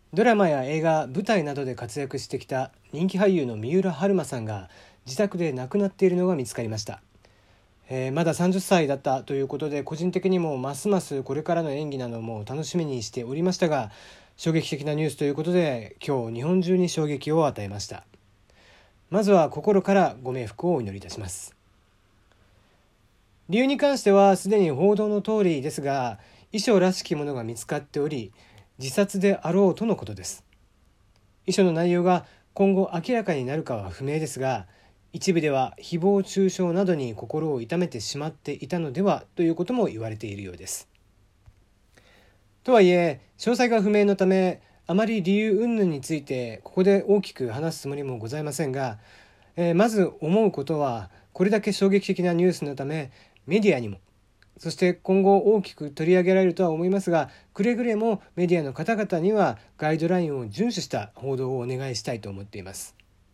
ドラマや映画、舞台などで活躍してきた人気俳優の三浦春馬さんが自宅で亡くなっているのが見つかりました。まだ30歳だったということで、個人的にもますますこれからの演技なども楽しみにしておりましたが、衝撃的なニュースということで今日日本中に衝撃を与えました。まずは心からご冥福をお祈りいたします。理由に関してはすでに報道の通りですが、遺書らしきものが見つかっており、自殺であろうとのことです。遺書の内容が今後明らかになるかは不明ですが、一部では誹謗中傷などに心を痛めてしまっていたのではということも言われているようです。とはいえ詳細が不明のため、あまり理由云々についてここで大きく話すつもりもございませんが、まず思うことは、これだけ衝撃的なニュースのためメディアにも、そして今後大きく取り上げられるとは思いますが、くれぐれもメディアの方々にはガイドラインを遵守した報道をお願いしたいと思っています。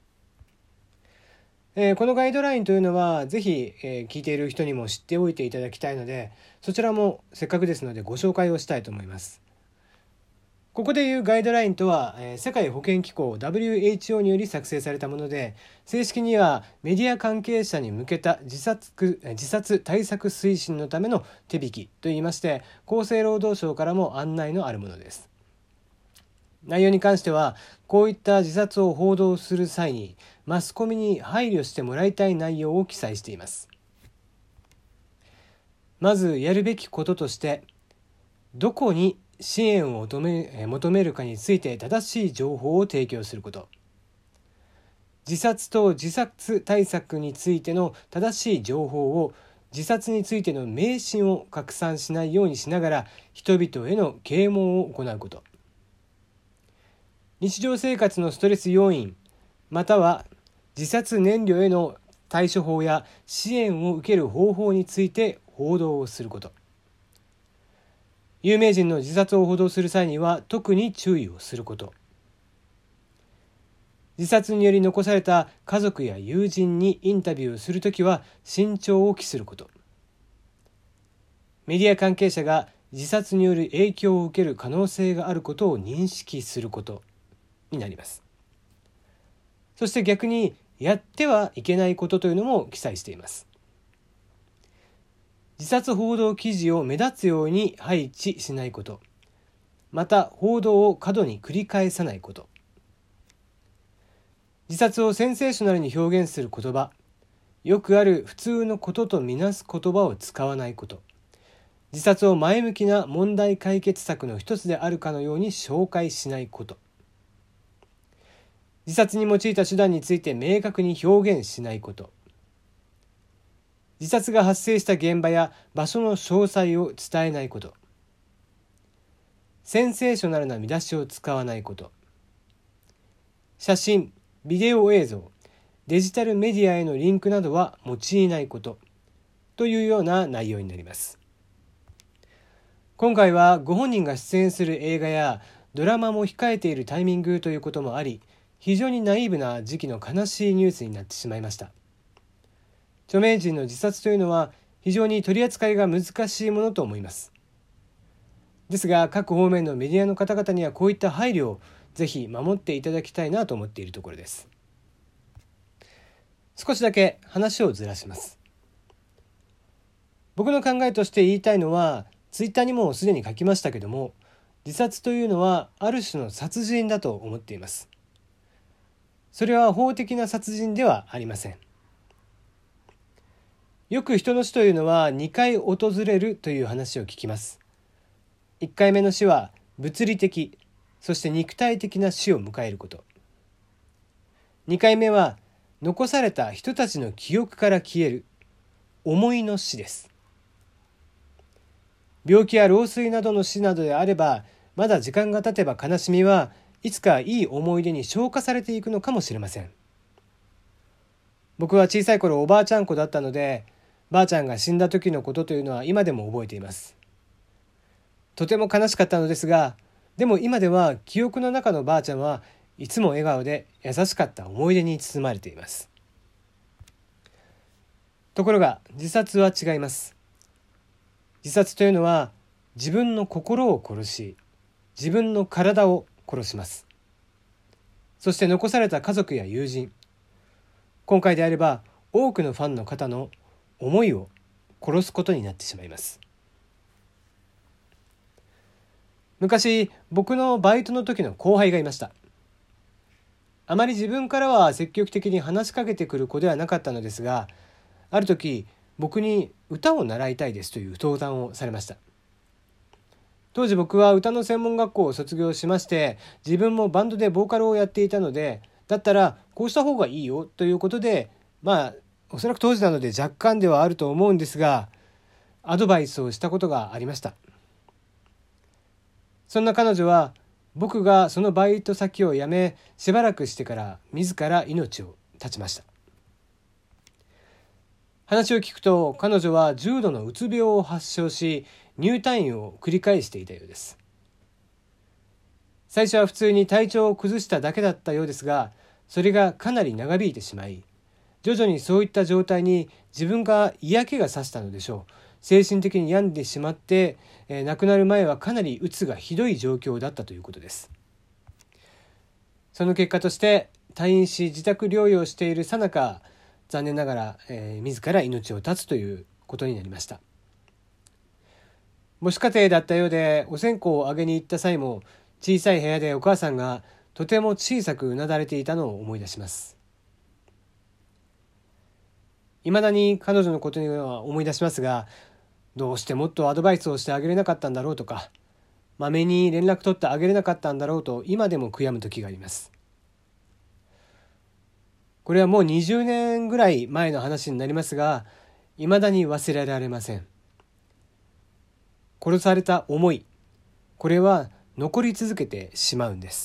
このガイドラインというのはぜひ、聞いている人にも知っておいていただきたいので、そちらもせっかくですのでご紹介をしたいと思います。ここでいうガイドラインとは、世界保健機構 WHO により作成されたもので、正式にはメディア関係者に向けた自殺対策推進のための手引きといいまして、厚生労働省からも案内のあるものです。内容に関しては、こういった自殺を報道する際にマスコミに配慮してもらいたい内容を記載しています。まずやるべきこととして、どこに支援を求めるかについて正しい情報を提供すること、自殺と自殺対策についての正しい情報を、自殺についての迷信を拡散しないようにしながら人々への啓蒙を行うこと、日常生活のストレス要因または自殺燃料への対処法や支援を受ける方法について報道をすること、有名人の自殺を報道する際には特に注意をすること、自殺により残された家族や友人にインタビューをするときは慎重を期すること、メディア関係者が自殺による影響を受ける可能性があることを認識することになります。そして逆にやってはいけないことというのも記載しています。自殺報道記事を目立つように配置しないこと、また報道を過度に繰り返さないこと、自殺をセンセーショナルに表現する言葉、よくある普通のこととみなす言葉を使わないこと、自殺を前向きな問題解決策の一つであるかのように紹介しないこと、自殺に用いた手段について明確に表現しないこと、自殺が発生した現場や場所の詳細を伝えないこと、センセーショナルな見出しを使わないこと、写真、ビデオ映像、デジタルメディアへのリンクなどは用いないことというような内容になります。今回はご本人が出演する映画やドラマも控えているタイミングということもあり、非常にナイーブな時期の悲しいニュースになってしまいました。著名人の自殺というのは非常に取り扱いが難しいものと思います。ですが各方面のメディアの方々にはこういった配慮をぜひ守っていただきたいなと思っているところです。少しだけ話をずらします。僕の考えとして言いたいのは、ツイッターにもすでに書きましたけども、自殺というのはある種の殺人だと思っています。それは法的な殺人ではありません。よく人の死というのは2回訪れるという話を聞きます。1回目の死は物理的、そして肉体的な死を迎えること。2回目は残された人たちの記憶から消える思いの死です。病気や老衰などの死などであれば、まだ時間が経てば悲しみはいつかいい思い出に消化されていくのかもしれません。僕は小さい頃おばあちゃん子だったので、ばあちゃんが死んだ時のことというのは今でも覚えています。とても悲しかったのですが、でも今では記憶の中のばあちゃんはいつも笑顔で優しかった思い出に包まれています。ところが自殺は違います。自殺というのは自分の心を殺し、自分の体を殺します。そして残された家族や友人、今回であれば多くのファンの方の思いを殺すことになってしまいます。昔、僕のバイトの時の後輩がいました。あまり自分からは積極的に話しかけてくる子ではなかったのですが、ある時僕に歌を習いたいですという相談をされました。当時僕は歌の専門学校を卒業しまして、自分もバンドでボーカルをやっていたので、だったらこうした方がいいよということで、おそらく当時なので若干ではあると思うんですが、アドバイスをしたことがありました。そんな彼女は僕がそのバイト先を辞め、しばらくしてから自ら命を絶ちました。話を聞くと、彼女は重度のうつ病を発症し、入退院を繰り返していたようです。最初は普通に体調を崩しただけだったようですが、それがかなり長引いてしまい、徐々にそういった状態に自分が嫌気がさしたのでしょう。精神的に病んでしまって、亡くなる前はかなりうつがひどい状況だったということです。その結果として退院し自宅療養している最中、残念ながら、自ら命を絶つということになりました。母子家庭だったようで、お線香をあげに行った際も小さい部屋でお母さんがとても小さくうなだれていたのを思い出します。未だに彼女のことには思い出しますが、どうしてもっとアドバイスをしてあげれなかったんだろうとか、まめに連絡取ってあげれなかったんだろうと今でも悔やむ時があります。これはもう20年ぐらい前の話になりますが、未だに忘れられません。殺された思い、これは残り続けてしまうんです。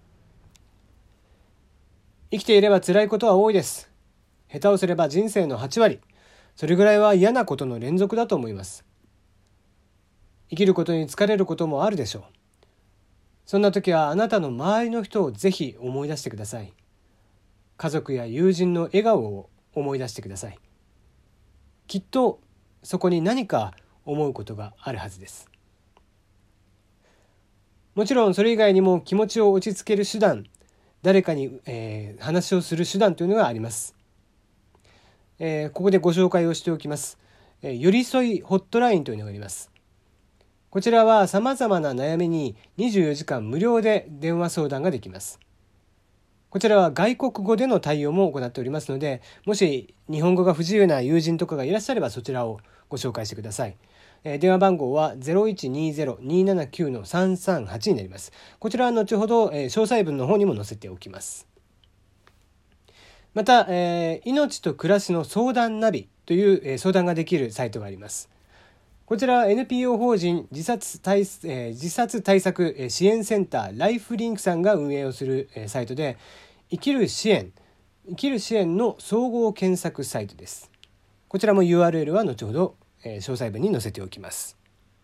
生きていれば辛いことは多いです。下手をすれば人生の8割、それぐらいは嫌なことの連続だと思います。生きることに疲れることもあるでしょう。そんな時はあなたの周りの人をぜひ思い出してください。家族や友人の笑顔を思い出してください。きっとそこに何か思うことがあるはずです。もちろんそれ以外にも気持ちを落ち着ける手段、誰かに、話をする手段というのがあります。ここでご紹介をしておきます。寄り添いホットラインというのがあります。こちらはさまざまな悩みに24時間無料で電話相談ができます。こちらは外国語での対応も行っておりますので、もし日本語が不自由な友人とかがいらっしゃればそちらをご紹介してください。電話番号は 0120-279-338 になります。こちらは後ほど詳細文の方にも載せておきます。また、命と暮らしの相談ナビという相談ができるサイトがあります。こちらは NPO 法人自殺対策支援センターライフリンクさんが運営をするサイトで、生きる支援の総合検索サイトです。こちらも URL は後ほど詳細文に載せておきます。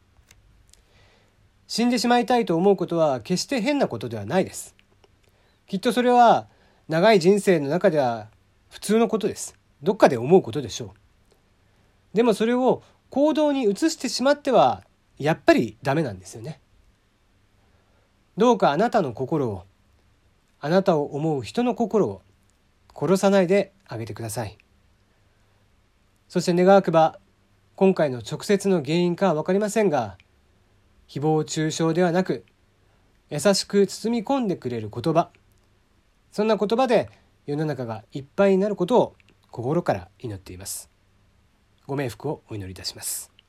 死んでしまいたいと思うことは決して変なことではないです。きっとそれは長い人生の中では普通のことです。どっかで思うことでしょう。でもそれを行動に移してしまってはやっぱりダメなんですよね。どうかあなたの心を、あなたを思う人の心を殺さないであげてください。そして願わくば、今回の直接の原因かは分かりませんが、誹謗中傷ではなく優しく包み込んでくれる言葉、そんな言葉で世の中がいっぱいになることを心から祈っています。ご冥福をお祈りいたします。